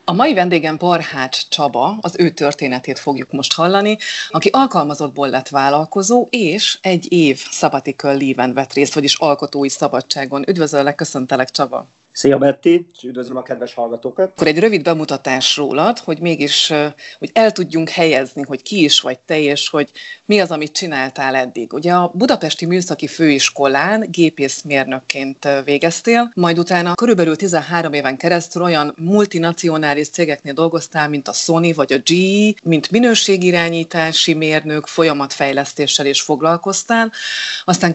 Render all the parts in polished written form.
A mai vendégem Barhács Csaba, az ő történetét fogjuk most hallani, aki alkalmazottból lett vállalkozó, és egy év sabbatical leave-en vett részt, vagyis alkotói szabadságon. Üdvözöllek, köszöntelek, Csaba! Szia Betty, és üdvözlöm a kedves hallgatókat! Akkor egy rövid bemutatás rólad, hogy mégis hogy el tudjunk helyezni, hogy ki is vagy te, és hogy mi az, amit csináltál eddig. Ugye a Budapesti Műszaki Főiskolán gépészmérnökként végeztél, majd utána körülbelül 13 éven keresztül olyan multinacionális cégeknél dolgoztál, mint a Sony vagy a GE, mint minőségirányítási mérnök, folyamatfejlesztéssel is foglalkoztál. Aztán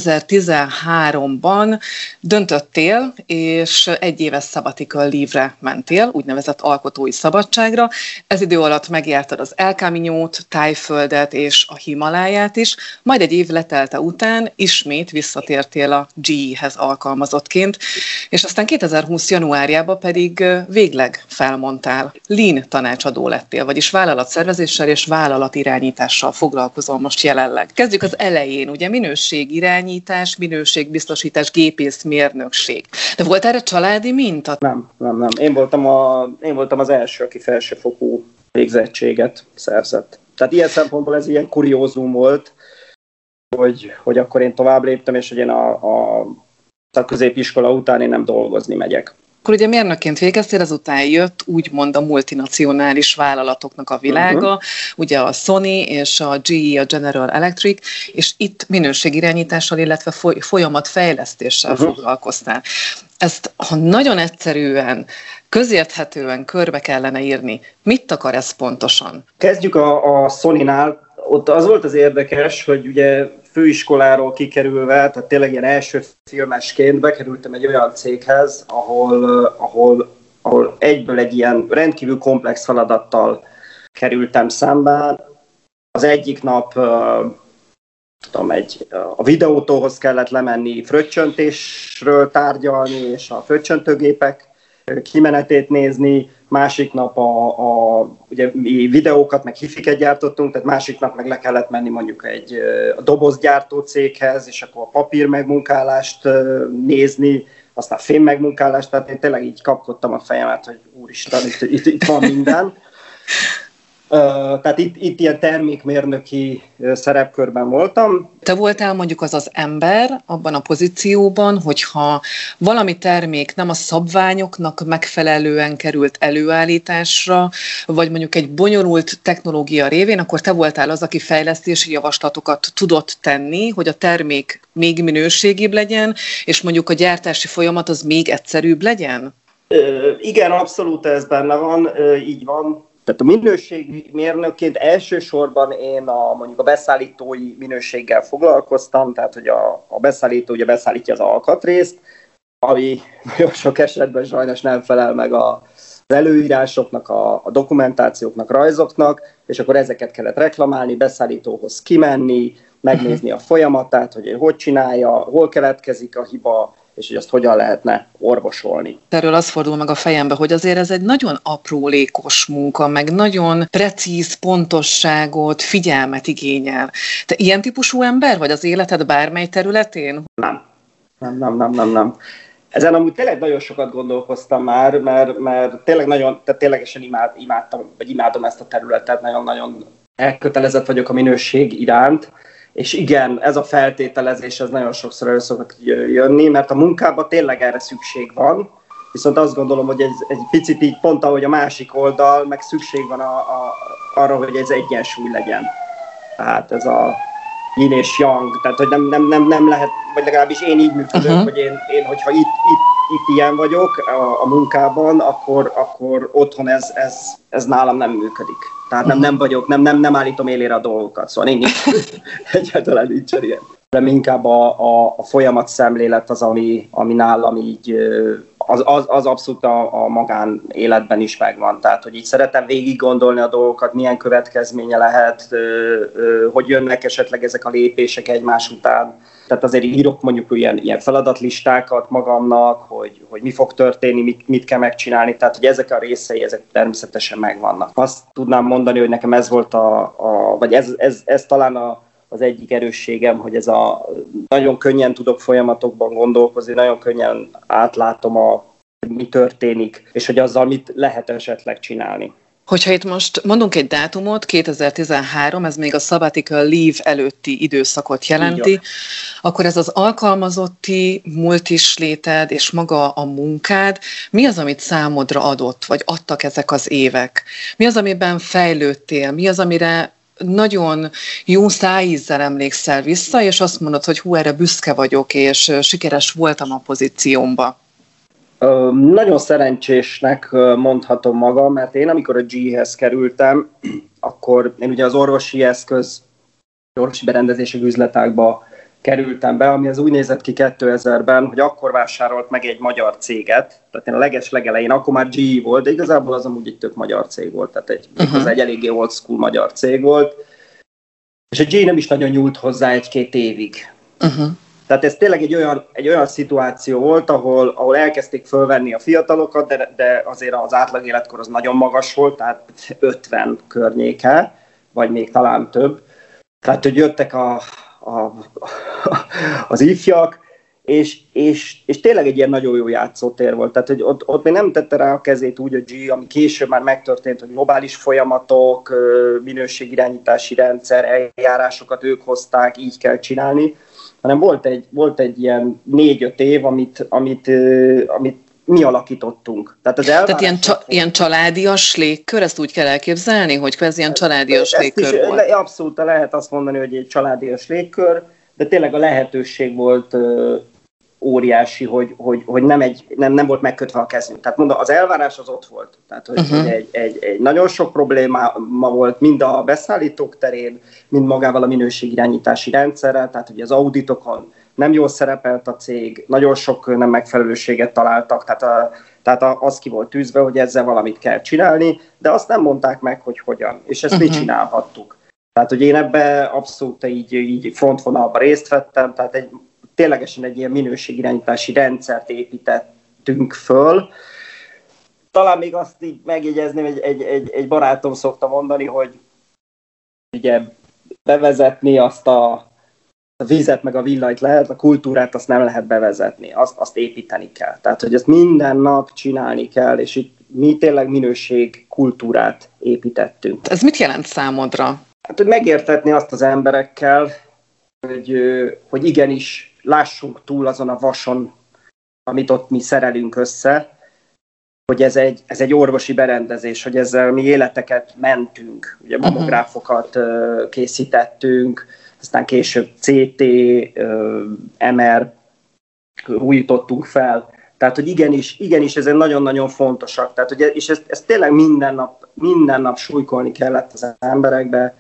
2013-ban döntöttél, és egy éves sabbatical leave-re mentél, úgynevezett alkotói szabadságra. Ez idő alatt megjártad az El Camino-t, Tájföldet és a Himaláját is, majd egy év letelte után ismét visszatértél a GE-hez alkalmazottként, és aztán 2020. januárjában pedig végleg felmondtál. Lean tanácsadó lettél, vagyis vállalatszervezéssel és vállalatirányítással foglalkozol most jelenleg. Kezdjük az elején, ugye minőségirányítás, minőségbiztosítás, gépészmérnökség. De volt erre családi minta? Nem. Én voltam az első, aki felsőfokú végzettséget szerzett. Tehát ilyen szempontból ez ilyen kuriózum volt, hogy akkor én tovább léptem, és hogy én a középiskola után én nem dolgozni megyek. Akkor ugye mérnökként végeztél, azután jött úgymond a multinacionális vállalatoknak a világa, ugye a Sony és a GE, a General Electric, és itt minőségirányítással, illetve folyamatfejlesztéssel foglalkoztál. Ezt, ha nagyon egyszerűen, közérthetően körbe kellene írni, mit akar ez pontosan? Kezdjük a Sony-nál. Ott az volt az érdekes, hogy ugye főiskoláról kikerülve, tehát tényleg ilyen első filmesként bekerültem egy olyan céghez, ahol egyből egy ilyen rendkívül komplex feladattal kerültem szembe. Az egyik nap a videótóhoz kellett lemenni, fröccsöntésről tárgyalni, és a fröccsöntőgépek kimenetét nézni, másik nap ugye mi videókat, meg hifiket gyártottunk, tehát másik nap meg le kellett menni mondjuk a dobozgyártó céghez, és akkor a papír megmunkálást nézni, aztán fém megmunkálást, tehát én tényleg így kapkodtam a fejemet, hogy úristen, itt van minden. Tehát itt ilyen termékmérnöki szerepkörben voltam. Te voltál mondjuk az ember abban a pozícióban, hogyha valami termék nem a szabványoknak megfelelően került előállításra, vagy mondjuk egy bonyolult technológia révén, akkor te voltál az, aki fejlesztési javaslatokat tudott tenni, hogy a termék még minőségibb legyen, és mondjuk a gyártási folyamat az még egyszerűbb legyen? Igen, abszolút ez benne van, így van. Tehát a minőségmérnökként elsősorban én mondjuk a beszállítói minőséggel foglalkoztam, tehát hogy a beszállító ugye beszállítja az alkatrészt, ami nagyon sok esetben sajnos nem felel meg az előírásoknak, a dokumentációknak, rajzoknak, és akkor ezeket kellett reklamálni, beszállítóhoz kimenni, megnézni a folyamatát, hogy csinálja, hol keletkezik a hiba, és hogy azt hogyan lehetne orvosolni. Erről az fordul meg a fejembe, hogy azért ez egy nagyon aprólékos munka, meg nagyon precíz pontosságot, figyelmet igényel. Te ilyen típusú ember vagy az életed bármely területén? Nem. Ezen amúgy tényleg nagyon sokat gondolkoztam már, mert tényleg tehát ténylegesen imádom ezt a területet, nagyon-nagyon elkötelezett vagyok a minőség iránt. És igen, ez a feltételezés, ez nagyon sokszor elő szokott jönni, mert a munkában tényleg erre szükség van, viszont azt gondolom, hogy egy picit így pont ahogy a másik oldal, meg szükség van arra, hogy ez egyensúly legyen. Tehát ez a yin és yang, tehát hogy nem lehet, vagy legalábbis én így működök, hogy én hogyha itt ilyen vagyok a munkában, akkor otthon ez nálam nem működik. Tehát nem állítom élére a dolgokat, szóval én egyáltalán nincsen ilyen. De inkább a folyamat szemlélet az, ami nálam így, az abszolút a magán életben is megvan. Tehát, hogy így szeretem végig gondolni a dolgokat, milyen következménye lehet, hogy jönnek esetleg ezek a lépések egymás után. Tehát azért írok mondjuk ilyen feladatlistákat magamnak, hogy mi fog történni, mit kell megcsinálni, tehát hogy ezek a részei, ezek természetesen megvannak. Azt tudnám mondani, hogy nekem ez volt vagy ez talán az egyik erősségem, hogy nagyon könnyen tudok folyamatokban gondolkozni, nagyon könnyen átlátom mi történik, és hogy azzal mit lehet esetleg csinálni. Hogyha itt most mondunk egy dátumot, 2013, ez még a sabbatical leave előtti időszakot jelenti, akkor ez az alkalmazotti multisléted és maga a munkád, mi az, amit számodra adott, vagy adtak ezek az évek? Mi az, amiben fejlődtél? Mi az, amire nagyon jó szájízzel emlékszel vissza, és azt mondod, hogy hú, erre büszke vagyok, és sikeres voltam a pozíciómba? Nagyon szerencsésnek mondhatom magam, mert én amikor a GE-hez kerültem, akkor én ugye az orvosi berendezések üzletágba kerültem be, ami az úgy nézett ki 2000-ben, hogy akkor vásárolt meg egy magyar céget, tehát én a legelején, akkor már GE volt, de igazából az amúgy egy tök magyar cég volt, tehát az egy eléggé old school magyar cég volt, és a GE nem is nagyon nyúlt hozzá 1-2 évig. Tehát ez tényleg egy olyan szituáció volt, ahol elkezdték fölvenni a fiatalokat, de azért az átlag életkor az nagyon magas volt, tehát 50 környéke, vagy még talán több. Tehát, hogy jöttek az ifjak, és tényleg egy ilyen nagyon jó játszótér volt. Tehát, hogy ott még nem tette rá a kezét úgy a GE, ami később már megtörtént, hogy globális folyamatok, minőségirányítási rendszer, eljárásokat ők hozták, így kell csinálni, hanem volt egy ilyen 4-5 év, amit mi alakítottunk. Tehát ilyen családias légkör, ezt úgy kell elképzelni, hogy ez ilyen családias légkör volt? Abszolút lehet azt mondani, hogy egy családias légkör, de tényleg a lehetőség volt óriási, hogy nem volt megkötve a kezünk. Tehát mondom, az elvárás az ott volt. Tehát, hogy egy nagyon sok probléma volt, mind a beszállítók terén, mind magával a minőségirányítási rendszerrel, tehát hogy az auditokon nem jól szerepelt a cég, nagyon sok nem megfelelőséget találtak, tehát az ki volt tűzve, hogy ezzel valamit kell csinálni, de azt nem mondták meg, hogy hogyan, és ezt mi csinálhattuk. Tehát, hogy én ebbe abszolút így frontvonalban részt vettem, tehát ténylegesen egy ilyen minőségirányítási rendszert építettünk föl. Talán még azt így megjegyezném, egy barátom szokta mondani, hogy ugye bevezetni azt a vizet meg a villanyt lehet, a kultúrát azt nem lehet bevezetni, azt építeni kell. Tehát, hogy ezt minden nap csinálni kell, és itt mi tényleg minőség kultúrát építettünk. Ez mit jelent számodra? Hát, hogy megértetni azt az emberekkel, hogy igenis lássunk túl azon a vason, amit ott mi szerelünk össze, hogy ez egy orvosi berendezés, hogy ezzel mi életeket mentünk, ugye mammográfokat készítettünk, aztán később CT, MR újítottunk fel. Tehát, hogy igenis ezen nagyon-nagyon fontosak. Tehát, hogy, és ezt tényleg minden nap súlykolni kellett az emberekbe,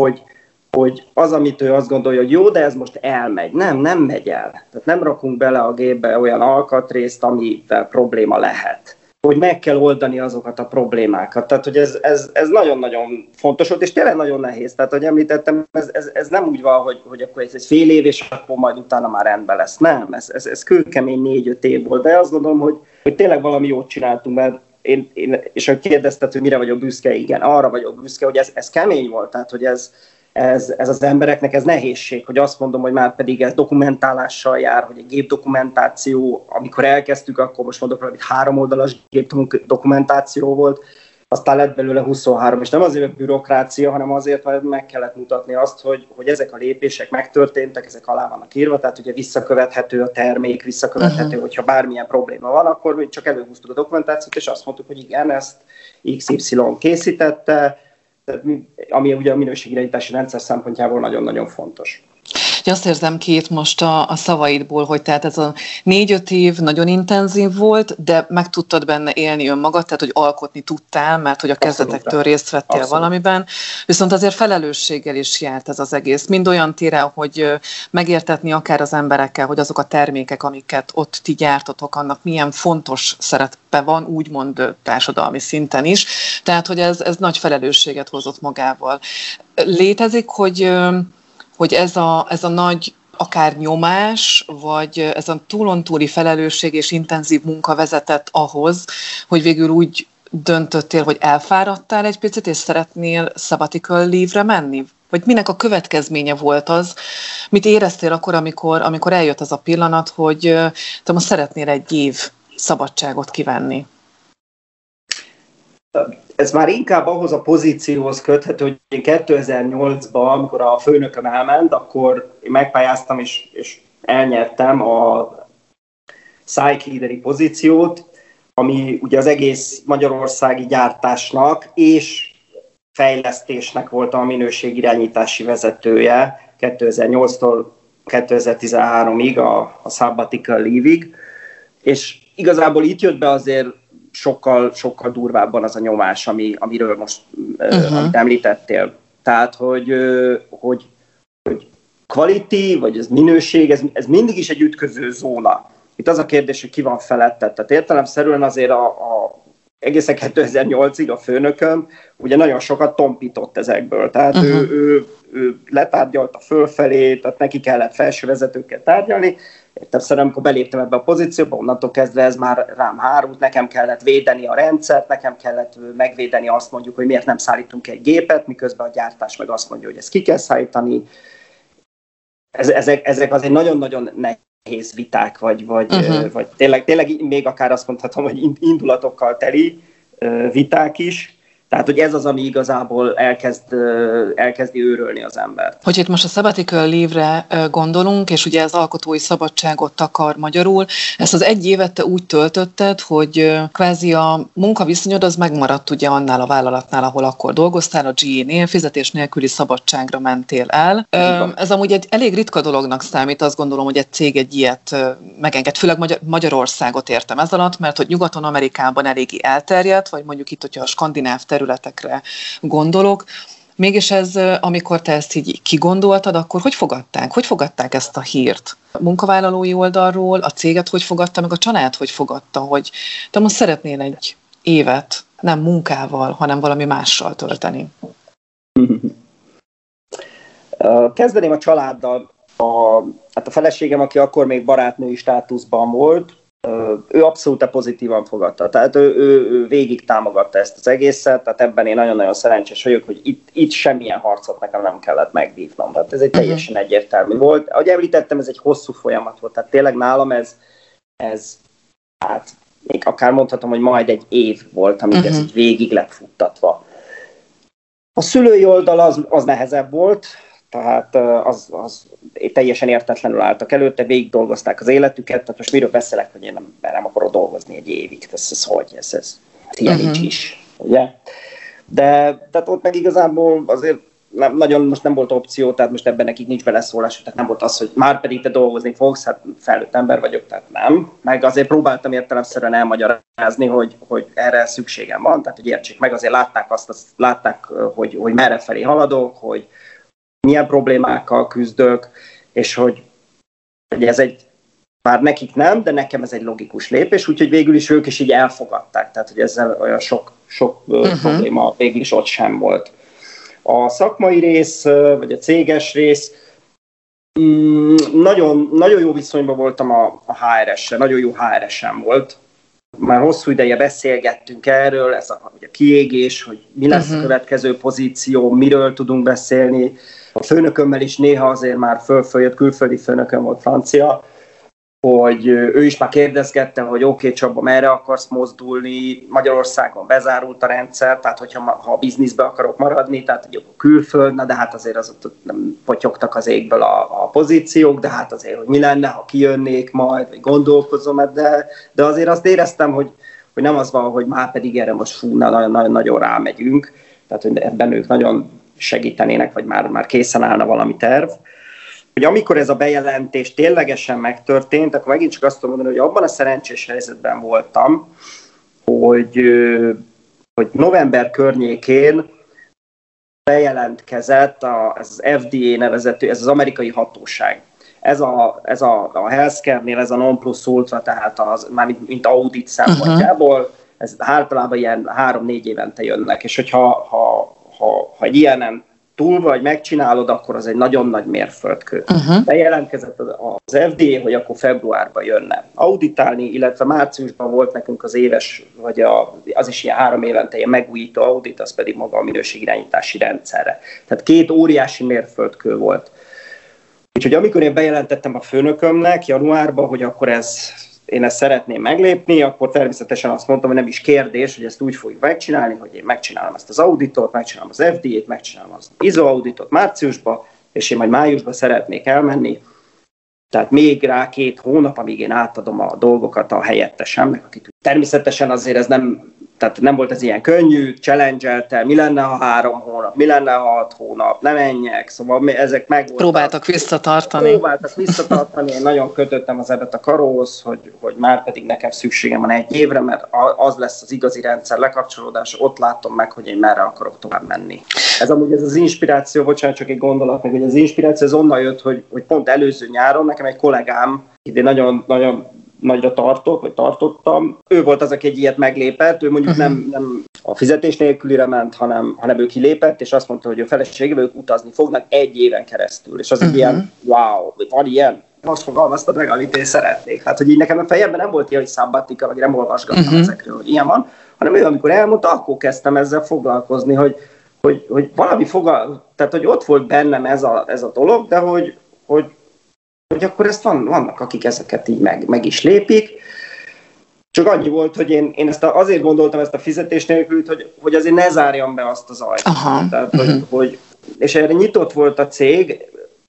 hogy az, amit ő azt gondolja, hogy jó, de ez most elmegy. Nem megy el. Tehát nem rakunk bele a gépbe olyan alkatrészt, amivel probléma lehet. Hogy meg kell oldani azokat a problémákat. Tehát, hogy ez nagyon-nagyon fontos volt, és tényleg nagyon nehéz. Tehát, hogy említettem, ez nem úgy van, hogy akkor ez egy fél év, és akkor majd utána már rendben lesz. Nem, ez kőkemény 4-5 év volt. De azt gondolom, hogy tényleg valami jót csináltunk, mert én és ha kérdezted, hogy mire vagyok büszke, igen, arra vagyok büszke, hogy ez kemény volt. Tehát, hogy ez az embereknek ez nehézség, hogy azt mondom, hogy már pedig ez dokumentálással jár, hogy egy gépdokumentáció, amikor elkezdtük, akkor most mondok, hogy 3 oldalas gépdokumentáció volt, aztán lett belőle 23, és nem azért, hogy bürokrácia, hanem azért, mert meg kellett mutatni azt, hogy ezek a lépések megtörténtek, ezek alá vannak írva, tehát ugye visszakövethető a termék, visszakövethető, hogyha bármilyen probléma van, akkor mi csak előhúztuk a dokumentációt, és azt mondtuk, hogy igen, ezt XY készítette, ami ugye a minőségirányítási rendszer szempontjából nagyon-nagyon fontos. Azt érzem ki itt most a szavaidból, hogy tehát ez a 4-5 év nagyon intenzív volt, de meg tudtad benne élni önmagad, tehát hogy alkotni tudtál, mert hogy a kezdetektől részt vettél valamiben, viszont azért felelősséggel is járt ez az egész. Mind olyan téren, hogy megértetni akár az emberekkel, hogy azok a termékek, amiket ott ti gyártotok, annak milyen fontos szerepe van, úgymond társadalmi szinten is. Tehát, hogy ez nagy felelősséget hozott magával. Létezik, hogy ez a nagy akár nyomás, vagy ez a túlontúli felelősség és intenzív munka vezetett ahhoz, hogy végül úgy döntöttél, hogy elfáradtál egy picit, és szeretnél sabbatical leave-re menni? Vagy minek a következménye volt az? Mit éreztél akkor, amikor eljött az a pillanat, hogy te most szeretnél egy év szabadságot kivenni? Ez már inkább ahhoz a pozícióhoz köthető, hogy én 2008-ban, amikor a főnököm elment, akkor én megpályáztam és elnyertem a site leaderi pozíciót, ami ugye az egész magyarországi gyártásnak és fejlesztésnek volt a minőségirányítási vezetője 2008-tól 2013-ig, a sabbatical leave-ig, és igazából itt jött be azért sokkal durvábban az a nyomás, amiről most amit említettél. Tehát, hogy quality, vagy ez minőség, ez mindig is egy ütköző zóna. Itt az a kérdés, hogy ki van felette. Tehát értelemszerűen azért egészen 2008-ig a főnököm ugye nagyon sokat tompított ezekből. Tehát ő letárgyalta fölfelé, tehát neki kellett felső vezetőkkel tárgyalni. Értelemszerűen, amikor beléptem ebbe a pozícióba, onnantól kezdve ez már rám hárult, nekem kellett védeni a rendszert, nekem kellett megvédeni azt mondjuk, hogy miért nem szállítunk egy gépet, miközben a gyártás meg azt mondja, hogy ezt ki kell szállítani. Ezek azért nagyon-nagyon nehéz viták, vagy tényleg még akár azt mondhatom, hogy indulatokkal teli viták is. Tehát, hogy ez az, ami igazából elkezdi őrölni az embert. Hogy itt most a sabbatical leave-re gondolunk, és ugye az alkotói szabadságot takar magyarul, ezt az egy évet te úgy töltötted, hogy kvázi a munkaviszonyod az megmaradt ugye annál a vállalatnál, ahol akkor dolgoztál, a GE-nél, fizetés nélküli szabadságra mentél el. Ez amúgy egy elég ritka dolognak számít, azt gondolom, hogy egy cég egy ilyet megenged, főleg Magyarországot értem ez alatt, mert hogy Nyugaton, Amerikában eléggé elterjedt, vagy mondjuk itt, hogyha a skandináv területekre gondolok. Mégis ez, amikor te ezt így kigondoltad, akkor hogy fogadták? Hogy fogadták ezt a hírt? A munkavállalói oldalról, a céget hogy fogadta, meg a család hogy fogadta, hogy te most szeretnél egy évet nem munkával, hanem valami mással tölteni? Kezdeném a családdal. A feleségem, aki akkor még barátnői státuszban volt, ő abszolút pozitívan fogadta. Tehát ő végig támogatta ezt az egészet, tehát ebben én nagyon-nagyon szerencsés vagyok, hogy itt semmilyen harcot nekem nem kellett megvívnom. Tehát ez egy teljesen egyértelmű volt. Ahogy említettem, ez egy hosszú folyamat volt. Tehát tényleg nálam ez hát még akár mondhatom, hogy majd egy év volt, amíg ez így végig lett futtatva. A szülői oldal az nehezebb volt, tehát az teljesen értetlenül álltak előtte, végig dolgozták az életüket, tehát most miről beszélek, hogy én nem akarok dolgozni egy évig, ez ilyen nincs is, ugye? De tehát ott meg igazából azért nagyon most nem volt opció, tehát most ebben nekik nincs beleszólás, tehát nem volt az, hogy már pedig te dolgozni fogsz, hát felnőtt ember vagyok, tehát nem. Meg azért próbáltam értelemszerűen elmagyarázni, hogy erre szükségem van, tehát hogy értsék meg, azért látták, hogy merre felé haladok, hogy milyen problémákkal küzdök, és hogy ez bár nekik nem, de nekem ez egy logikus lépés, úgyhogy végül is ők is így elfogadták, tehát hogy ezzel olyan sok probléma végül is ott sem volt. A szakmai rész, vagy a céges rész, nagyon, nagyon jó viszonyban voltam a HRS-sel, nagyon jó HRS-em volt. Már hosszú ideje beszélgettünk erről, ez a kiégés, hogy mi lesz a következő pozíció, miről tudunk beszélni. A főnökömmel is néha azért már följött, külföldi főnököm volt, francia, hogy ő is már kérdezgette, hogy oké, Csaba, merre akarsz mozdulni, Magyarországon bezárult a rendszer, tehát ha a bizniszbe akarok maradni, tehát hogy külföld, na de hát azért az nem potyogtak az égből a pozíciók, de hát azért, hogy mi lenne, ha kijönnék majd, vagy gondolkozom, de azért azt éreztem, hogy nem az van, hogy már pedig erre most nagyon rámegyünk, tehát hogy ebben ők nagyon segítenének, vagy már készen állna valami terv. Hogy amikor ez a bejelentés ténylegesen megtörtént, akkor megint csak azt tudom mondani, hogy abban a szerencsés helyzetben voltam, hogy november környékén bejelentkezett ez az FDA nevezetű, ez az amerikai hatóság. Ez a healthcare-nél, ez a non plus ultra, tehát már mint audit szempontjából, ez általában ilyen 3-4 évente jönnek, és hogyha egy ilyenen túl vagy megcsinálod, akkor az egy nagyon nagy mérföldkő. Bejelentkezett az FDA, hogy akkor februárban jönne auditálni, illetve márciusban volt nekünk az éves, vagy az is ilyen 3 évente ilyen megújító audit, az pedig maga a minőségirányítási rendszerre. Tehát 2 óriási mérföldkő volt. Úgyhogy amikor én bejelentettem a főnökömnek januárban, hogy akkor ez én ezt szeretném meglépni, akkor természetesen azt mondtam, hogy nem is kérdés, hogy ezt úgy fogjuk megcsinálni, hogy én megcsinálom ezt az auditot, megcsinálom az FDA-t, megcsinálom az ISO auditot márciusba, és én majd májusban szeretnék elmenni. Tehát még rá 2 hónap, amíg én átadom a dolgokat a helyettesemnek, akit természetesen azért ez nem volt ez ilyen könnyű, challenge-elte, mi lenne, ha 3 hónap, mi lenne, ha 6 hónap, nem menjek, szóval ezek megvoltak. Próbáltak visszatartani. Én nagyon kötöttem az ebet a karóhoz, hogy már pedig nekem szükségem van 1 évre, mert az lesz az igazi rendszer lekapcsolódása, ott látom meg, hogy én merre akarok tovább menni. Ez az inspiráció, bocsánat, csak egy gondolat, meg hogy az inspiráció az onnan jött, hogy pont előző nyáron nekem egy kollégám, idén nagyon nagyra tartottam. Ő volt az, aki egy ilyet meglépett, ő mondjuk nem a fizetés nélkülire ment, hanem ő kilépett, és azt mondta, hogy a feleségével ők utazni fognak 1 éven keresztül. És az egy ilyen, wow, van ilyen? Most fogalmaztad meg, amit én szeretnék. Hát, hogy így nekem a fejemben nem volt ilyen, hogy szabbatika, vagy nem olvasgattam ezekről, hogy ilyen van, hanem ő, amikor elmondta, akkor kezdtem ezzel foglalkozni, hogy valami tehát, hogy ott volt bennem ez a dolog, de hogy akkor ezt vannak, akik ezeket így meg is lépik. Csak annyi volt, hogy én azért gondoltam ezt a fizetés nélkülit, hogy azért ne zárjam be azt az ajtót. Tehát, és erre nyitott volt a cég,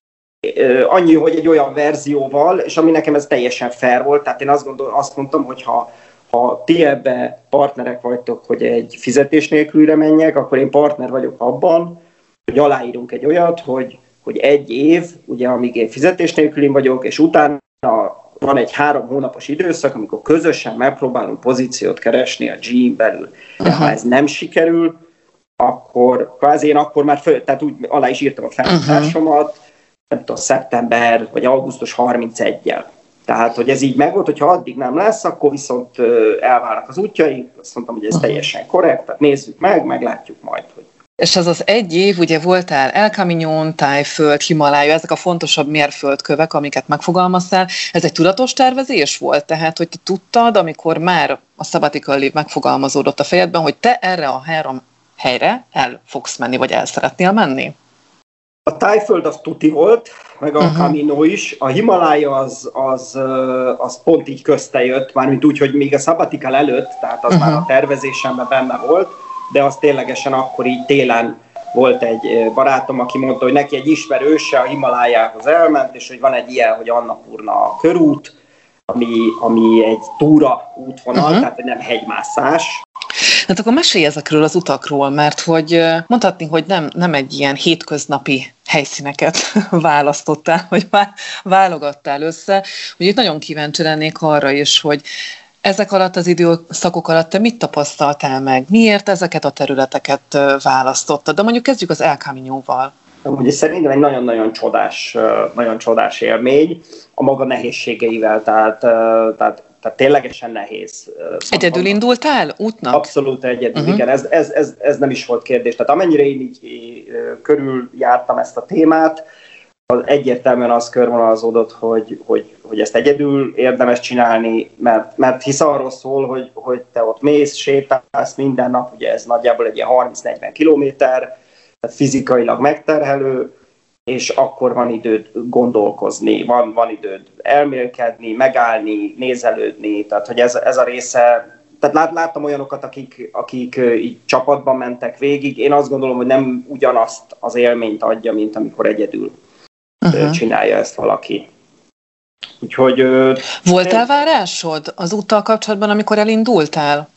annyi, hogy egy olyan verzióval, és ami nekem ez teljesen fair volt, tehát én azt mondtam, hogy ha ti ebbe partnerek vagytok, hogy egy fizetés nélkülire menjek, akkor én partner vagyok abban, hogy aláírunk egy olyat, hogy 1 év, ugye, amíg én fizetés nélkülin vagyok, és utána van egy 3 hónapos időszak, amikor közösen megpróbálunk pozíciót keresni a GE-n belül. De ha ez nem sikerül, akkor kvázi én akkor már tehát úgy alá is írtam a felmutatásomat, nem tudom, szeptember vagy augusztus 31-jel. Tehát, hogy ez így megvolt, hogyha addig nem lesz, akkor viszont elválnak az útjaink, azt mondtam, hogy ez teljesen korrekt, tehát nézzük meglátjuk majd, hogy. És ez az 1 év, ugye voltál El Camino, Tájföld, Himalája, ezek a fontosabb mérföldkövek, amiket megfogalmaztál. Ez egy tudatos tervezés volt? Tehát, hogy te tudtad, amikor már a sabbatical leave megfogalmazódott a fejedben, hogy te erre a 3 helyre el fogsz menni, vagy el szeretnél menni? A Tájföld az tuti volt, meg a Camino is. A Himalája az pont így közte jött, mármint úgy, hogy még a sabbatical előtt, tehát az már a tervezésemben benne volt, de az ténylegesen akkor így télen volt egy barátom, aki mondta, hogy neki egy ismerőse a Himalájához elment, és hogy van egy ilyen, hogy Annapurna körút, ami egy túra útvonal, tehát hogy nem hegymászás. Hát akkor mesélj ezekről az utakról, mert hogy mondhatni, hogy nem egy ilyen hétköznapi helyszíneket választottál, vagy válogattál össze. Ugye itt nagyon kíváncsi lennék arra is, hogy ezek alatt az időszakok alatt te mit tapasztaltál meg? Miért ezeket a választottad? De mondjuk kezdjük az El Camino-val. Ugye szerintem egy nagyon csodás élmény a maga nehézségeivel, tehát ténylegesen nehéz. Egyedül indultál útnak? Abszolút egyedül, igen, ez nem is volt kérdés. Tehát amennyire én így körül jártam ezt a témát, az egyértelműen az körvonalazódott, hogy ezt egyedül érdemes csinálni, mert hisz arról szól, hogy te ott mész, sétálsz minden nap, ugye ez nagyjából egy ilyen 30-40 kilométer, tehát fizikailag megterhelő, és akkor van időd gondolkozni, van időd elmélkedni, megállni, nézelődni, tehát hogy ez a része, tehát láttam olyanokat, akik így csapatban mentek végig, én azt gondolom, hogy nem ugyanazt az élményt adja, mint amikor egyedül csinálja ezt valaki. Úgyhogy... Volt elvárásod az úttal kapcsolatban, amikor elindultál?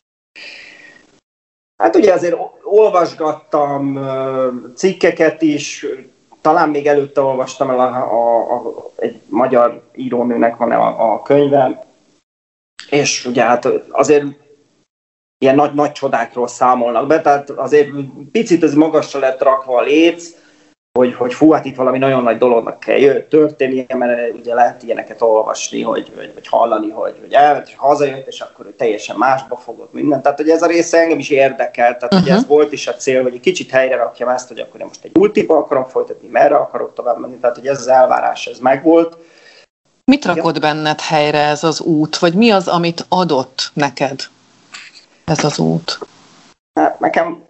Hát ugye azért olvasgattam cikkeket is, talán még előtte olvastam el egy magyar írónőnek van a könyve, és ugye hát azért ilyen nagy csodákról számolnak be, tehát azért picit ez magasra lett rakva a léc, hogy fú, hát itt valami nagyon nagy dolognak kell történnie, mert ugye lehet ilyeneket olvasni, vagy hallani, hogy elment, és hazajött, és akkor ő teljesen másba fogott mindent. Tehát, hogy ez a része engem is érdekel, tehát, hogy ez volt is a cél, hogy egy kicsit helyre rakjam ezt, hogy akkor én most egy multiba akarom folytatni, merre akarok tovább menni, tehát, hogy ez az elvárás, ez megvolt. Mit rakott benned helyre ez az út, vagy mi az, amit adott neked ez az út? Hát nekem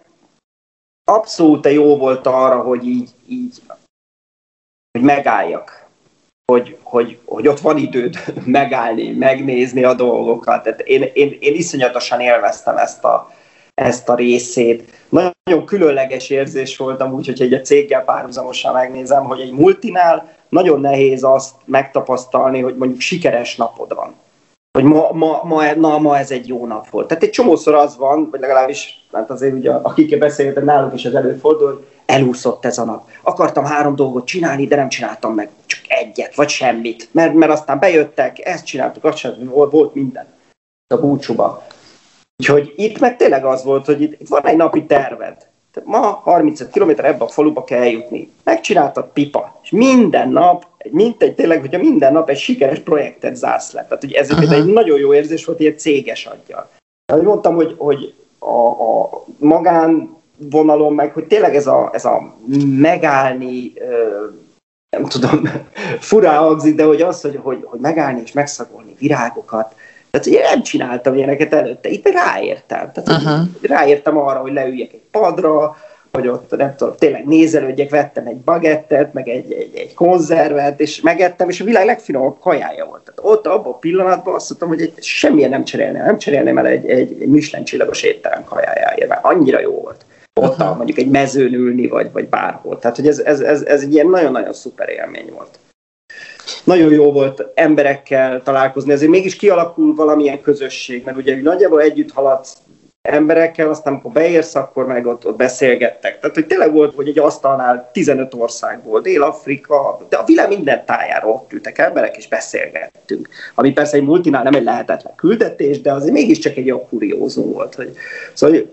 abszolút jó volt arra, hogy így hogy megálljak. hogy ott van időd megállni, megnézni a dolgokat. Tehát én iszonyatosan élveztem ezt a részét. Nagyon különleges érzés voltam úgy, hogyha egy céggel párhuzamosan megnézem, hogy egy multinál nagyon nehéz azt megtapasztalni, hogy mondjuk sikeres napod van. Hogy ma ez egy jó nap volt. Tehát egy csomószor az van, vagy legalábbis, hát azért ugye akikkel beszélgetem, náluk is ez előfordul, hogy elúszott ez a nap. Akartam 3 dolgot csinálni, de nem csináltam meg csak egyet, vagy semmit. Mert aztán bejöttek, ezt csináltuk, azt csináltuk, volt minden a búcsúba. Úgyhogy itt meg tényleg az volt, hogy itt van egy napi terved. Tehát ma 35 km ebbe a faluba kell eljutni. Megcsináltad pipa. És minden nap, tényleg, hogyha minden nap egy sikeres projektet zársz le. Tehát hogy ez egy nagyon jó érzés volt, ilyen céges aggyal. Mondtam, hogy a magánvonalon meg, hogy tényleg ez a megállni, nem tudom, furán hangzik, de hogy az, hogy megállni és megszagolni virágokat. Tehát ugye nem csináltam ilyeneket előtte, itt ráértem. Tehát ráértem arra, hogy leüljek egy padra, hogy ott nem tudom, tényleg nézelődjek, vettem egy bagettet, meg egy konzervet, és megettem, és a világ legfinomabb kajája volt. Tehát ott abban a pillanatban azt mondtam, hogy semmilyen nem cserélném el egy Michelin csillagos étterem kajájáért, mert annyira jó volt. Ott mondjuk egy mezőn ülni, vagy bárhol. Tehát, hogy ez egy ilyen nagyon-nagyon szuper élmény volt. Nagyon jó volt emberekkel találkozni, azért mégis kialakul valamilyen közösség, mert ugye nagyjából együtt haladsz emberekkel, aztán amikor beérsz, akkor meg ott beszélgettek. Tehát, hogy tényleg volt, hogy egy asztalnál 15 országból, Dél-Afrika, de a világ minden tájáról ott ültek emberek, és beszélgettünk. Ami persze egy multinál nem egy lehetetlen küldetés, de azért mégiscsak egy jó kuriózum volt. Szóval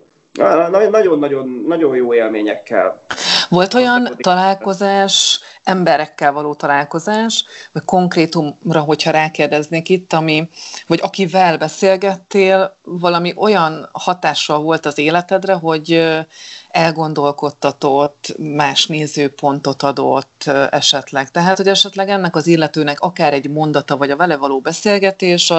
nagyon jó élményekkel. Volt olyan találkozás, emberekkel való találkozás, vagy konkrétumra, hogyha rákérdeznék itt, vagy akivel beszélgettél, valami olyan hatással volt az életedre, hogy elgondolkodtatott, más nézőpontot adott esetleg. Tehát, hogy esetleg ennek az illetőnek akár egy mondata, vagy a vele való beszélgetés,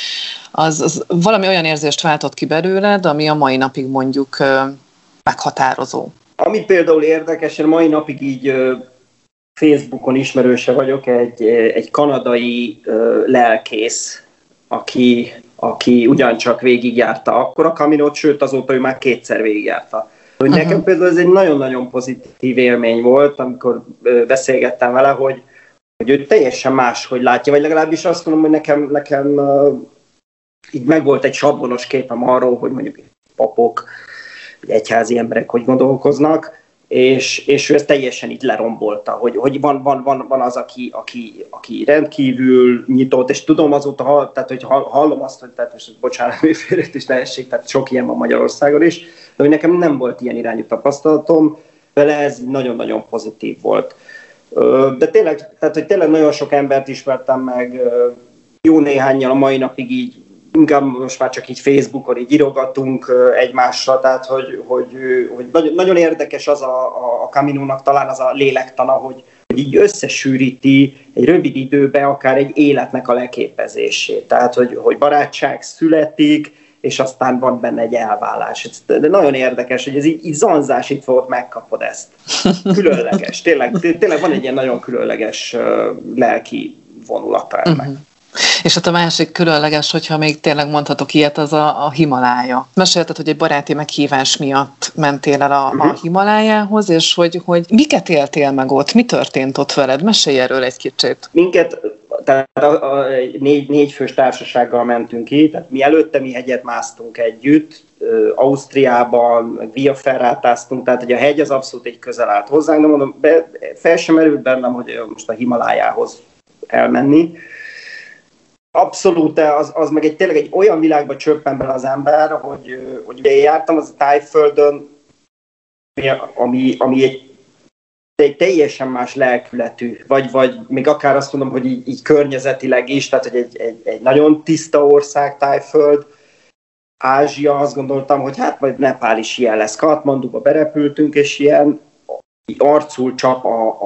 az valami olyan érzést váltott ki belőled, ami a mai napig mondjuk meghatározó. Ami például érdekes, én mai napig így Facebookon ismerőse vagyok egy kanadai lelkész, aki ugyancsak végigjárta akkor a Caminót, sőt azóta ő már 2-szer végigjárta. Nekem például ez egy nagyon-nagyon pozitív élmény volt, amikor beszélgettem vele, hogy ő teljesen máshogy látja, vagy legalábbis azt mondom, hogy nekem így megvolt egy sablonos képem arról, hogy mondjuk papok, egyházi emberek hogy gondolkoznak, és ő ezt teljesen így lerombolta, hogy van az, aki rendkívül nyitott, és tudom azóta, tehát hogy hallom azt, hogy tehát most bocsánat, műfélét is lehessék, tehát sok ilyen van Magyarországon is, de hogy nekem nem volt ilyen irányú tapasztalatom, vele ez nagyon-nagyon pozitív volt. De tényleg, tehát hogy tényleg nagyon sok embert ismertem meg, jó néhánnyal a mai napig így, inkább most már csak így Facebookon így írogatunk egymásra, tehát hogy nagyon érdekes az a Caminónak talán az a lélektana, hogy így összesűríti egy rövid időben akár egy életnek a leképezését. Tehát, hogy barátság születik, és aztán van benne egy elvállás. De nagyon érdekes, hogy ez így zanzás, itt volt, megkapod ezt. Különleges, tényleg van egy ilyen nagyon különleges lelki vonulata ennek. És hát a másik különleges, hogyha még tényleg mondhatok ilyet, az a Himalája. Mesélted, hogy egy baráti meghívás miatt mentél el a Himalájához, és hogy miket éltél meg ott, mi történt ott veled? Mesélj erről egy kicsit. Minket, tehát négy fős társasággal mentünk ki, tehát mi előtte mi hegyet másztunk együtt, Ausztriában, Via Ferratáztunk, tehát hogy a hegy az abszolút egy közel állt hozzánk, de mondom, fel sem merült bennem, hogy most a Himalájához elmenni. Abszolút, az meg tényleg egy olyan világba csöppen bele az ember, hogy ugye én jártam az a Tájföldön, ami egy teljesen más lelkületű, vagy még akár azt mondom, hogy így környezetileg is, tehát hogy egy nagyon tiszta ország Tájföld. Ázsia, azt gondoltam, hogy hát vagy Nepál is ilyen lesz. Katmanduba berepültünk, és ilyen arcul csap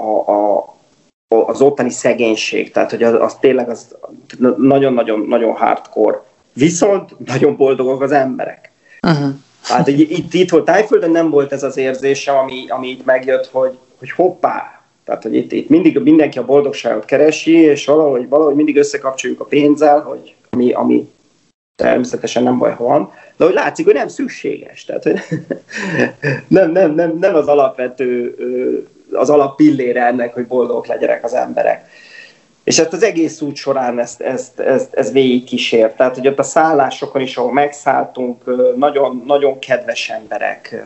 az ottani szegénység, tehát hogy az tényleg az nagyon-nagyon hardcore. Viszont nagyon boldogok az emberek. Hát itt volt Tájföldön, nem volt ez az érzésem, ami itt megjött, hogy hoppá, Tehát, hogy itt mindig mindenki a boldogságot keresi, és valahogy mindig összekapcsoljuk a pénzzel, hogy ami természetesen nem baj, ha van, de hogy látszik, hogy nem szükséges. Tehát, hogy nem az alapvető, az alappillére ennek, hogy boldogok legyenek az emberek. És ezt az egész út során ez végig kísért. Tehát, hogy ott a szállásokon is, ahol megszálltunk, nagyon, nagyon kedves emberek,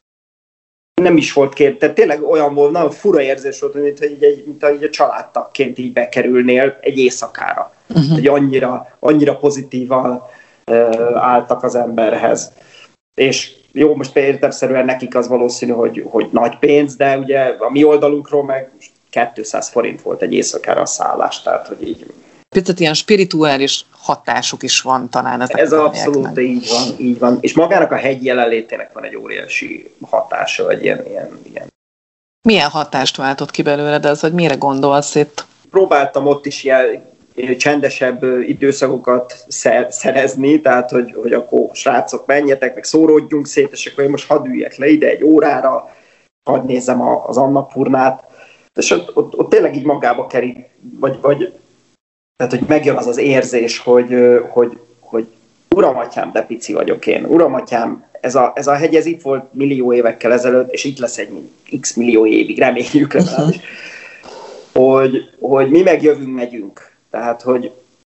nem is volt tehát tényleg olyan volt, nagyon fura érzés volt, mint hogy egy családtagként így bekerülnél egy éjszakára. Hogy annyira pozitívan álltak az emberhez. És jó, most értelemszerűen nekik az valószínű, hogy nagy pénz, de ugye a mi oldalunkról meg 200 forint volt egy éjszakára a szállás, tehát hogy így. Picit ilyen spirituális hatásuk is van talán ezek. Ez abszolút így van. És magának a hegy jelenlétének van egy óriási hatása, vagy ilyen. Milyen hatást váltott ki belőled ez, vagy mire gondolsz itt? Próbáltam ott is ilyen csendesebb időszakokat szerezni, tehát hogy akkor srácok menjetek, meg szóródjunk szét, és akkor én most hadd üljek le ide egy órára, hadd nézem az Annapurnát, és ott tényleg így magába kerít, vagy tehát, hogy megjön az érzés, hogy uram atyám, de pici vagyok én, uram atyám, ez a hegy, ez itt volt millió évekkel ezelőtt, és itt lesz egy x millió évig, reméljük legalábbis, hogy mi megjövünk, megyünk. Tehát, hogy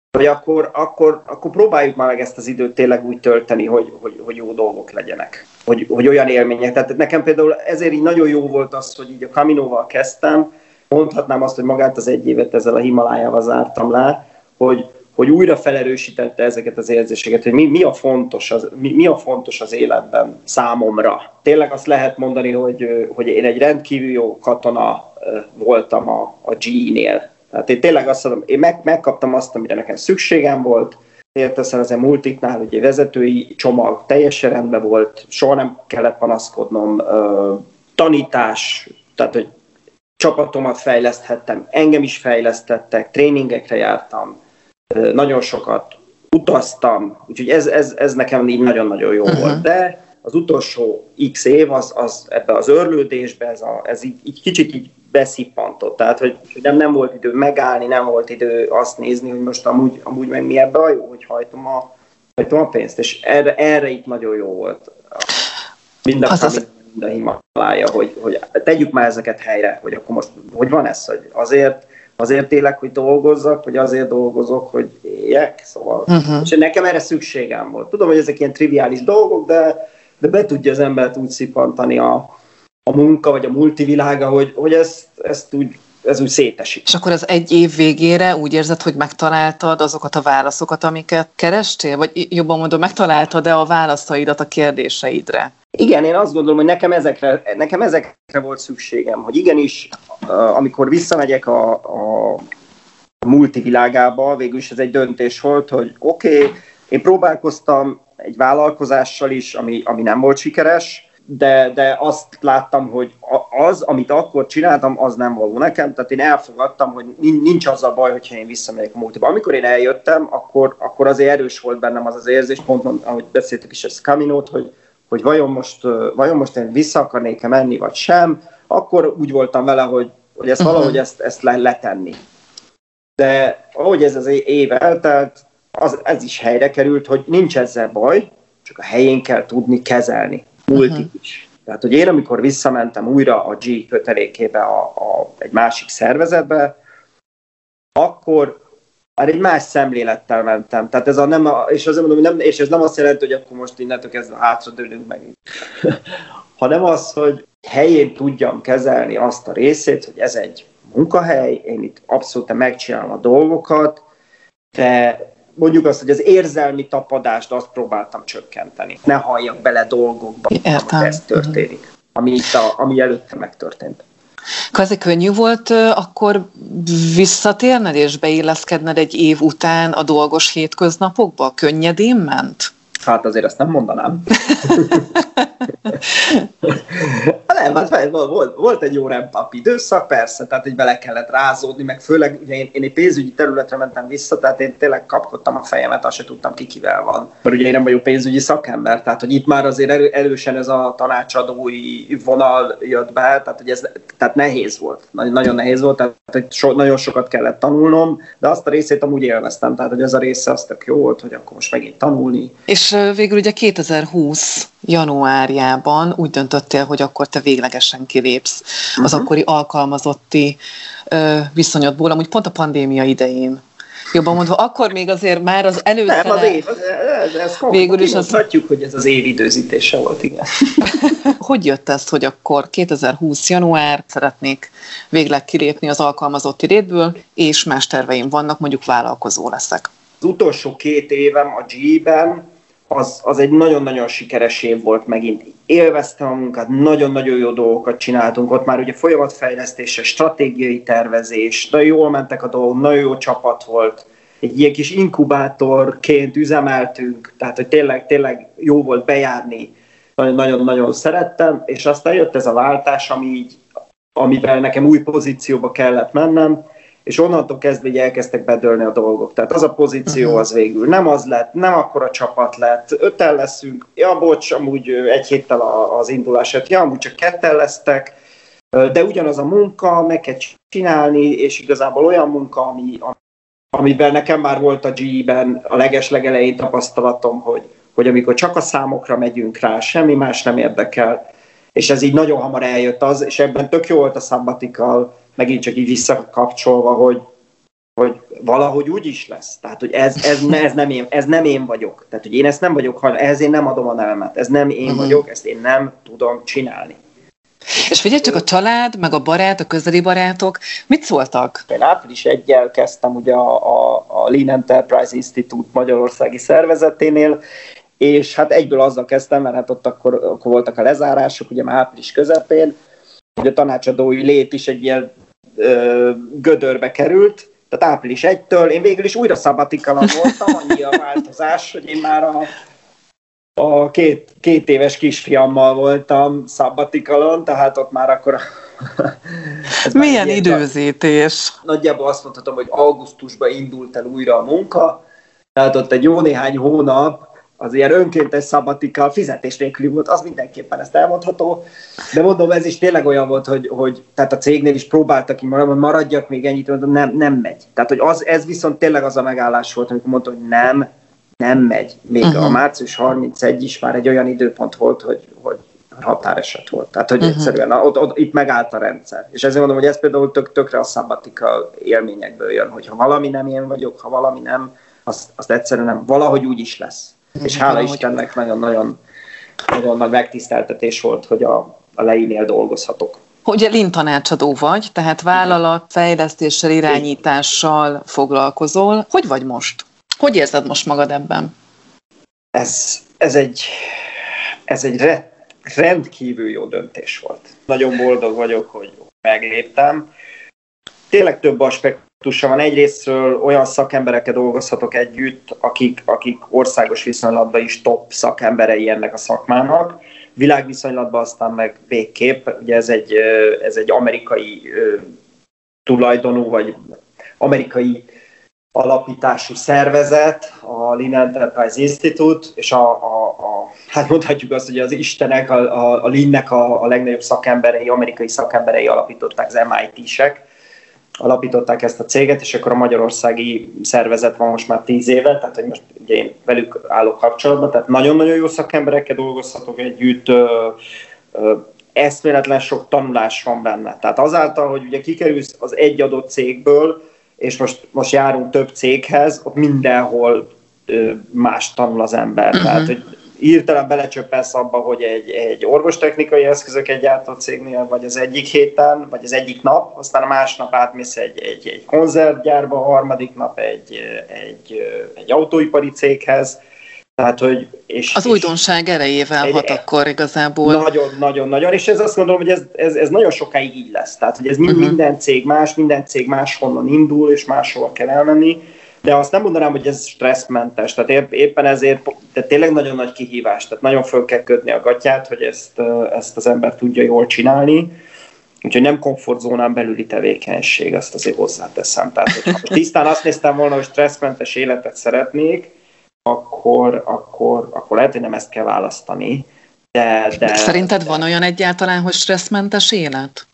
akkor próbáljuk már meg ezt az időt tényleg úgy tölteni, hogy jó dolgok legyenek. Hogy olyan élmények. Tehát nekem például ezért így nagyon jó volt az, hogy így a Caminoval kezdtem, mondhatnám azt, hogy magát az egy évet ezzel a Himalájával zártam le, hogy újra felerősítette ezeket az érzéseket, hogy mi a fontos az életben számomra. Tényleg azt lehet mondani, hogy én egy rendkívül jó katona voltam a GE-nél. Tehát én tényleg azt mondom, én megkaptam azt, amire nekem szükségem volt, érteszel az multiknál, hogy egy vezetői csomag teljesen rendben volt, soha nem kellett panaszkodnom, tanítás, tehát hogy csapatomat fejleszthettem, engem is fejlesztettek, tréningekre jártam, nagyon sokat utaztam, úgyhogy ez nekem így nagyon-nagyon jó volt. De az utolsó x év, az ebbe az őrlődésbe, ez így kicsit így beszippantott. Tehát, hogy nem volt idő megállni, nem volt idő azt nézni, hogy most amúgy meg mi ebbe a jó, hogy hajtom a pénzt. És erre itt nagyon jó volt. Mind a Himalája, hogy tegyük már ezeket helyre, hogy akkor most, hogy van ez, hogy azért élek, hogy dolgozzak, vagy azért dolgozok, hogy éljek, szóval. És nekem erre szükségem volt. Tudom, hogy ezek ilyen triviális dolgok, de be tudja az embert úgy szippantani a munka, vagy a multivilága, hogy ez úgy szétesik. És akkor az egy év végére úgy érzed, hogy megtaláltad azokat a válaszokat, amiket kerestél? Vagy jobban mondom, megtaláltad-e a válaszaidat a kérdéseidre? Igen, én azt gondolom, hogy nekem ezekre volt szükségem, hogy igenis, amikor visszamegyek a multivilágába, végülis ez egy döntés volt, hogy oké, én próbálkoztam egy vállalkozással is, ami nem volt sikeres, de azt láttam, hogy amit akkor csináltam, az nem való nekem, tehát én elfogadtam, hogy nincs az a baj, hogyha én visszamegyek a multiba. Amikor én eljöttem, akkor azért erős volt bennem az érzés, pont ahogy beszéltük is ezt Caminót, hogy vajon most én vissza akarnék-e menni, vagy sem, akkor úgy voltam vele, hogy ezt valahogy ezt letenni. De ahogy ez az év eltelt, ez is helyre került, hogy nincs ezzel baj, csak a helyén kell tudni kezelni. Multik is. Tehát, hogy én amikor visszamentem újra a G kötelékébe egy másik szervezetbe, akkor már egy más szemlélettel mentem. Tehát és azért mondom, hogy és ez nem azt jelenti, hogy akkor most innentől kezdve hátradőlünk meg. Hanem az, hogy helyén tudjam kezelni azt a részét, hogy ez egy munkahely, én itt abszolút megcsinálom a dolgokat, de mondjuk azt, hogy az érzelmi tapadást azt próbáltam csökkenteni. Ne halljak bele dolgokba, hogy ez történik, ami előtte megtörtént. Kazi, könnyű volt akkor visszatérned és beilleszkedned egy év után a dolgos hétköznapokba? Könnyedén ment? Hát azért ezt nem mondanám. Nem, hát volt egy jó ramp-up időszak, persze, tehát így bele kellett rázódni, meg főleg ugye én egy pénzügyi területre mentem vissza, tehát én tényleg kapkodtam a fejemet, azt se tudtam kivel van. Mert ugye én nem vagyok pénzügyi szakember, tehát hogy itt már azért erősen ez a tanácsadói vonal jött be, tehát hogy tehát nehéz volt, nagyon nehéz volt, tehát nagyon sokat kellett tanulnom, de azt a részét amúgy élveztem, tehát hogy ez a része az tök jó volt, hogy akkor most megint tanulni. És végül ugye 2020 januárjában úgy döntöttél, hogy akkor te véglegesen kilépsz az akkori alkalmazotti viszonyodból, amúgy pont a pandémia idején. Jobban mondva, akkor még azért már az előtte... Nem, az év, ez végül is mondhatjuk, hogy ez az év időzítése volt, igen. Hogy jött ez, hogy akkor 2020 január szeretnék végleg kilépni az alkalmazotti létből, és más terveim vannak, mondjuk vállalkozó leszek? Az utolsó 2 évem a GE-ben az egy nagyon-nagyon sikeres év volt megint. Élveztem a munkát, nagyon-nagyon jó dolgokat csináltunk, ott már ugye folyamatfejlesztése, stratégiai tervezés, nagyon jól mentek a dolgok, nagyon jó csapat volt. Egy ilyen kis inkubátorként üzemeltünk, tehát hogy tényleg jó volt bejárni, nagyon-nagyon szerettem, és aztán jött ez a váltás, amivel nekem új pozícióba kellett mennem, és onnantól kezdve így elkezdtek bedőlni a dolgok. Tehát az a pozíció az végül nem az lett, nem akkora csapat lett, 5-en leszünk, ja bocs, amúgy 1 héttel az indulását, ja amúgy csak 2-en lesztek, de ugyanaz a munka, meg kell csinálni, és igazából olyan munka, amiben nekem már volt a GE-ben a legelején tapasztalatom, hogy amikor csak a számokra megyünk rá, semmi más nem érdekel, és ez így nagyon hamar eljött az, és ebben tök jó volt a sabbatical, megint csak így visszakapcsolva, hogy valahogy úgy is lesz. Tehát, hogy ez nem én vagyok. Tehát, hogy én ezt nem vagyok, ehhez én nem adom a nevemet. Ez nem én vagyok, ezt én nem tudom csinálni. És figyelj csak, a család, meg a közeli barátok mit szóltak? Én április 1-jel kezdtem ugye a Lean Enterprise Institute magyarországi szervezeténél, és hát egyből azzal kezdtem, mert hát ott akkor voltak a lezárások, ugye már április közepén, hogy a tanácsadói lét is egy ilyen gödörbe került, tehát április 1-től én végül is újra szabatikalen voltam, annyi a változás, hogy én már a 2 éves kisfiammal voltam szabatikalon, tehát ott már akkor... Milyen időzítés! Nagyjából azt mondhatom, hogy augusztusban indult el újra a munka, tehát ott egy jó néhány hónap, az ilyen önkéntes szabatikal fizetés nélküli volt, az mindenképpen ezt elmondható, de mondom, ez is tényleg olyan volt, hogy tehát a cégnél is próbáltak ki maradjak még ennyit, mondom, nem megy. Tehát, hogy ez viszont tényleg az a megállás volt, amikor mondtam, hogy nem megy. Még a március 31 is már egy olyan időpont volt, hogy határeset volt. Tehát, hogy egyszerűen itt megállt a rendszer. És ezért mondom, hogy ez például tökre a sabbatical élményekből jön, hogy ha valami nem én vagyok, ha valami nem, azt egyszerűen nem. Valahogy úgy is lesz. És hála Istennek nagyon-nagyon nagy megtiszteltetés volt, hogy a Lei-nél dolgozhatok. Ugye Lean tanácsadó vagy, tehát vállalat, fejlesztéssel, irányítással foglalkozol. Hogy vagy most? Hogy érzed most magad ebben? Ez egy rendkívül jó döntés volt. Nagyon boldog vagyok, hogy megléptem. Tényleg több aspektusa van. Egyrésztről olyan szakemberekkel dolgozhatok együtt, akik országos viszonylatban is top szakemberei ennek a szakmának. Világviszonylatban aztán meg végképp. Ugye ez egy amerikai tulajdonú, vagy amerikai alapítású szervezet, a Lean Enterprise Institute, és hát mondhatjuk azt, hogy az istenek, a Lean-nek a legnagyobb szakemberei, amerikai szakemberei alapították, az MIT-sek, alapították ezt a céget, és akkor a magyarországi szervezet van most már 10 éve, tehát hogy most ugye én velük állok kapcsolatban, tehát nagyon-nagyon jó szakemberekkel dolgozhatok együtt, eszméletlen sok tanulás van benne. Tehát azáltal, hogy ugye kikerülsz az egy adott cégből, és most járunk több céghez, ott mindenhol más tanul az ember. Tehát, hogy hirtelen belecsöppensz abba, hogy egy orvostechnikai eszközöket gyártó cégnél, vagy az egyik héten, vagy az egyik nap, aztán a másnap átmész egy konzervgyárba, a harmadik nap egy autóipari céghez. Tehát, hogy, az újdonság erejével hat akkor igazából. Nagyon, és ez azt gondolom, hogy ez nagyon sokáig így lesz. Tehát, hogy ez minden cég máshonnan indul, és máshol kell elmenni. De azt nem mondanám, hogy ez stresszmentes, tehát éppen ezért tehát tényleg nagyon nagy kihívás, tehát nagyon föl kell kötni a gatyát, hogy ezt az ember tudja jól csinálni, úgyhogy nem komfortzónán belüli tevékenység, azt azért hozzáteszem. Tehát, hogyha most tisztán azt néztem volna, hogy stresszmentes életet szeretnék, akkor lehet, hogy nem ezt kell választani. De szerinted van olyan egyáltalán, hogy stresszmentes élet?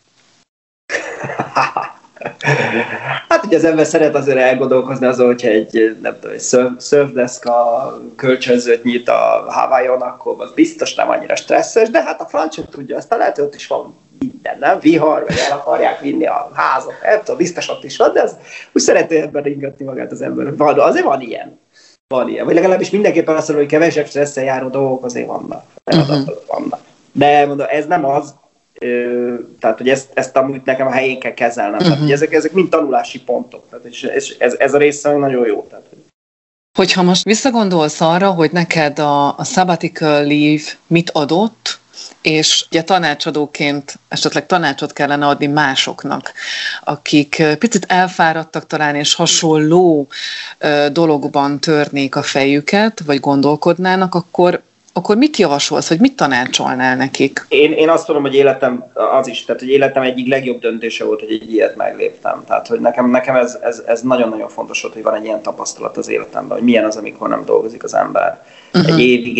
Hát ugye az ember szeret azért elgondolkozni azon, hogyha egy, nem tudom, egy szörfdeszka kölcsönzőt nyit a Hawaiion, akkor az biztos nem annyira stresszes, de hát a francia tudja, aztán lehet, hogy ott is van minden, nem? Vihar, vagy el akarják vinni a házat, nem tudom, biztos ott is van, de az úgy szereti ebben ringatni magát az ember. Azért van ilyen. Vagy legalábbis mindenképpen azt mondom, hogy kevesebb stresszel járó dolgok azért vannak. Vannak. De mondom, ez nem az, tehát, hogy ezt amúgy nekem a helyén kell kezelnem. Tehát, hogy ezek mind tanulási pontok. Tehát, és ez a része nagyon jó. Tehát, hogyha most visszagondolsz arra, hogy neked a sabbatical leave mit adott, és ugye tanácsadóként esetleg tanácsot kellene adni másoknak, akik picit elfáradtak talán, és hasonló dologban törnék a fejüket, vagy gondolkodnának, akkor mit javasolsz, vagy mit tanácsolnál nekik? Én azt mondom, hogy életem egyik legjobb döntése volt, hogy egy ilyet megléptem. Tehát, hogy nekem ez nagyon-nagyon fontos volt, hogy van egy ilyen tapasztalat az életemben, hogy milyen az, amikor nem dolgozik az ember egy évig,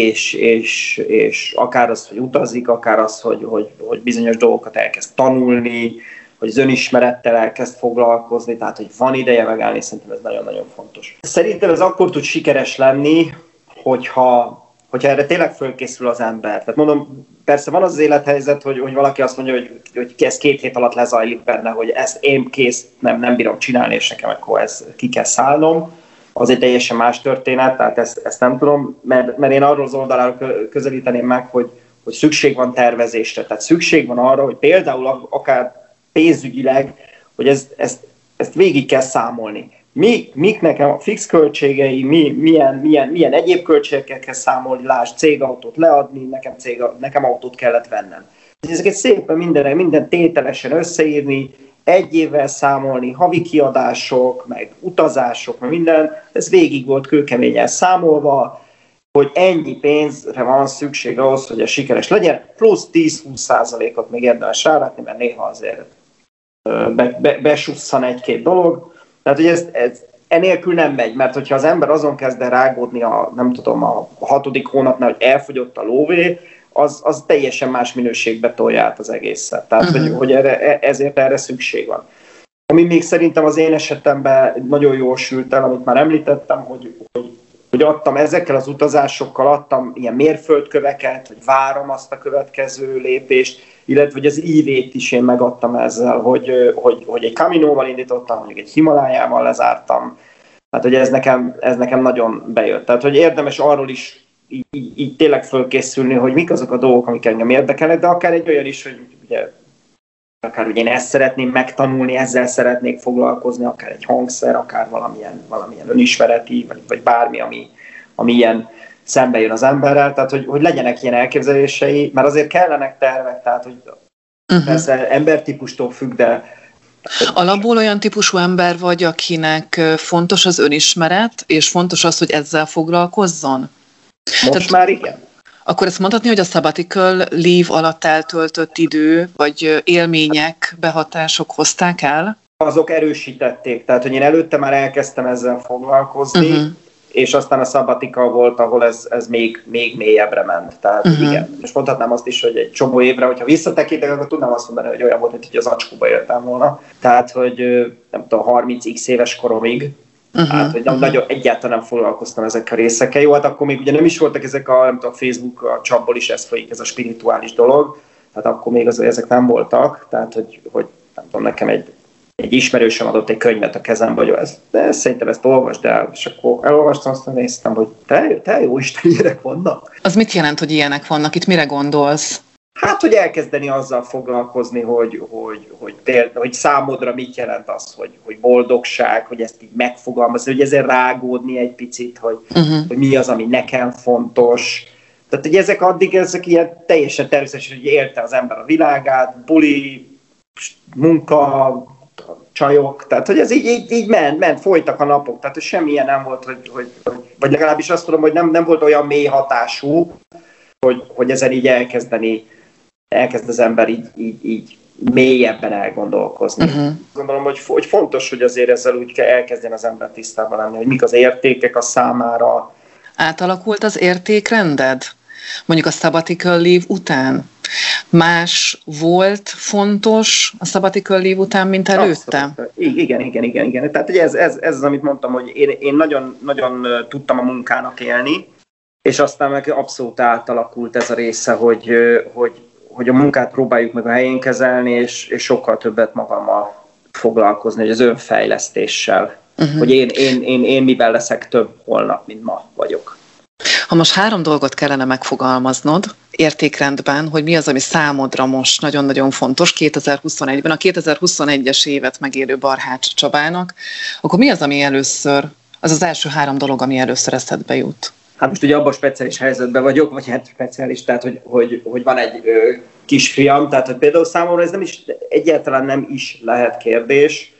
és akár az, hogy utazik, akár az, hogy bizonyos dolgokat elkezd tanulni, hogy az önismerettel elkezd foglalkozni, tehát, hogy van ideje megállni, szerintem ez nagyon-nagyon fontos. Szerintem ez akkor tud sikeres lenni, hogyha erre tényleg fölkészül az ember. Tehát mondom, persze van az élethelyzet, hogy valaki azt mondja, hogy ez 2 hét alatt lezajlik benne, hogy ezt én kész, nem bírom csinálni, és nekem akkor ezt ki kell szállnom. Az egy teljesen más történet, tehát ezt nem tudom, mert én arról az oldaláról közelíteném meg, hogy szükség van tervezésre. Tehát szükség van arra, hogy például akár pénzügyileg, hogy ezt végig kell számolni. Mik nekem a fix költségei, milyen egyéb költségekkel kell számolni, lásd, cégautót leadni, nekem autót kellett vennem. Ezeket szépen minden tételesen összeírni, egy évvel számolni, havi kiadások, meg utazások, meg minden, ez végig volt kőkeményen számolva, hogy ennyi pénzre van szükség ahhoz, hogy ez sikeres legyen, plusz 10-20%-ot még érdemes rárakni, mert néha azért besusszan egy-két dolog. Tehát, hogy ez enélkül nem megy, mert hogyha az ember azon kezd el rágódni a 6. hónapnál, hogy elfogyott a lóvé, az teljesen más minőségbe tolja át az egészet. Tehát, hogy ezért erre szükség van. Ami még szerintem az én esetemben nagyon jól sült el, amit már említettem, hogy adtam ezekkel az utazásokkal, adtam ilyen mérföldköveket, hogy várom azt a következő lépést, illetve hogy az ívét is én megadtam ezzel, hogy egy Caminóval indítottam, mondjuk egy Himalájával lezártam. Tehát, hogy ez nekem nagyon bejött. Tehát, hogy érdemes arról is így tényleg fölkészülni, hogy mik azok a dolgok, amik engem érdekelnek, de akár egy olyan is, hogy ugye, akár hogy én ezt szeretném megtanulni, ezzel szeretnék foglalkozni, akár egy hangszer, akár valamilyen önismereti, vagy bármi, ami ilyen szembe jön az emberrel, tehát hogy legyenek ilyen elképzelései, mert azért kellenek tervek, tehát hogy persze embertípustól függ, de... Alapból olyan típusú ember vagy, akinek fontos az önismeret, és fontos az, hogy ezzel foglalkozzon? Most már igen. Akkor ezt mondhatni, hogy a sabbatical leave alatt eltöltött idő, vagy élmények, behatások hozták el? Azok erősítették, tehát hogy én előtte már elkezdtem ezzel foglalkozni, és aztán a sabbatical volt, ahol ez még mélyebbre ment. Tehát igen, és mondhatnám azt is, hogy egy csomó évre, hogyha visszatekintek, akkor tudnám azt mondani, hogy olyan volt, hogy az acskóba éltem volna. Tehát, hogy nem tudom, 30x éves koromig, hát, hogy nagyon egyáltalán nem foglalkoztam ezekkel a részekkel. Jó, hát akkor még ugye nem is voltak ezek a Facebook a csapból is ez folyik, ez a spirituális dolog, tehát akkor még ezek nem voltak, tehát hogy nem tudom, nekem egy ismerősöm adott egy könyvet a kezembe, hogy de szerintem ezt olvasd el, és akkor elolvastam, aztán néztem, hogy te jó Isten, ilyenek vannak. Az mit jelent, hogy ilyenek vannak? Itt mire gondolsz? Hát, hogy elkezdeni azzal foglalkozni, hogy számodra mit jelent az, hogy boldogság, hogy ezt így megfogalmazni, hogy ezzel rágódni egy picit, hogy mi az, ami nekem fontos. Tehát, hogy ezek ilyen teljesen természetesen, hogy élte az ember a világát, buli, munka, csajok, tehát hogy ez így ment, folytak a napok, tehát semmilyen nem volt, vagy legalábbis azt tudom, hogy nem volt olyan mély hatású, hogy ezen így elkezd az ember így mélyebben elgondolkozni. Gondolom, hogy fontos, hogy azért ezzel úgy kell elkezdjen az ember tisztában lenni, hogy mik az értékek a számára. Átalakult az értékrended? Mondjuk a sabbatical leave után? Más volt fontos a sabbatical leave után, mint előtte? Abszolút. Igen. Tehát ugye ez az, amit mondtam, hogy én nagyon tudtam a munkának élni, és aztán meg abszolút átalakult ez a része, hogy a munkát próbáljuk meg a helyén kezelni, és sokkal többet magammal foglalkozni, hogy az önfejlesztéssel. Hogy én miben leszek több holnap, mint ma vagyok. Ha most 3 dolgot kellene megfogalmaznod értékrendben, hogy mi az, ami számodra most nagyon-nagyon fontos 2021-ben, a 2021-es évet megélő Barhács Csabának, akkor mi az, ami először, az első 3 dolog, ami először eszedbe jut? Hát most ugye abban a speciális helyzetben vagyok, vagy hát speciális, tehát hogy van egy kisfiam, tehát hogy például számomra ez egyáltalán nem is lehet kérdés,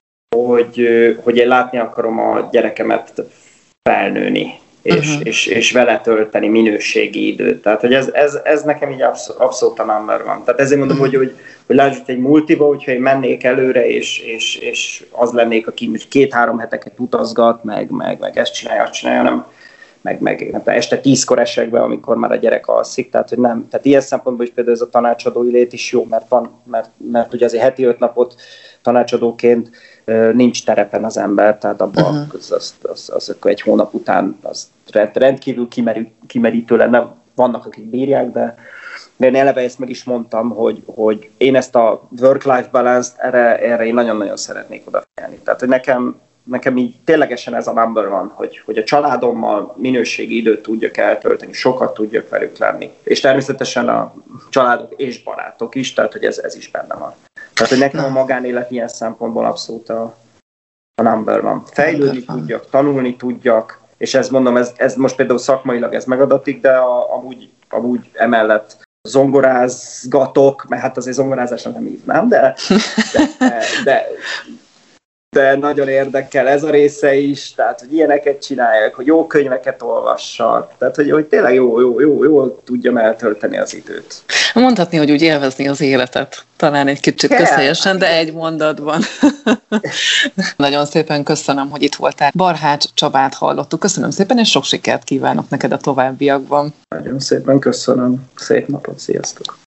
hogy én látni akarom a gyerekemet felnőni, és vele tölteni minőségi időt. Tehát, hogy ez nekem így abszolút a number van. Tehát ezért mondom, hogy lásd egy multiba, hogyha én mennék előre, és az lennék, aki 2-3 heteket utazgat, meg ezt csinálja, azt csinálja, nem meg este 10-kor esek be, amikor már a gyerek alszik, tehát hogy nem. Tehát ilyen szempontból is például ez a tanácsadói lét is jó, mert ugye azért heti 5 napot tanácsadóként nincs terepen az ember, tehát abban az akkor egy hónap után az rendkívül kimerítő lenne. Vannak, akik bírják, de én eleve ezt meg is mondtam, hogy én ezt a work-life balance-t erre én nagyon-nagyon szeretnék odafigyelni. Tehát, hogy nekem így ténylegesen ez a number van, hogy a családommal minőségi időt tudjak eltölteni, sokat tudjak velük lenni. És természetesen a családok és barátok is, tehát hogy ez is benne van. Tehát, hogy nekem a magánélet ilyen szempontból abszolút a number van. Fejlődni tudjak, tanulni tudjak, és ezt mondom, ez most például szakmailag ez megadatik, de amúgy emellett zongorázgatok, mert hát azért zongorázásra nem hívnám, de nagyon érdekel ez a része is, tehát hogy ilyeneket csináljak, hogy jó könyveket olvassak, tehát hogy tényleg jól tudjam eltölteni az időt. Mondhatni, hogy úgy élvezni az életet, talán egy kicsit közhelyesen, de egy mondatban. Nagyon szépen köszönöm, hogy itt voltál. Barhács Csabát hallottuk. Köszönöm szépen, és sok sikert kívánok neked a továbbiakban. Nagyon szépen köszönöm. Szép napot, sziasztok!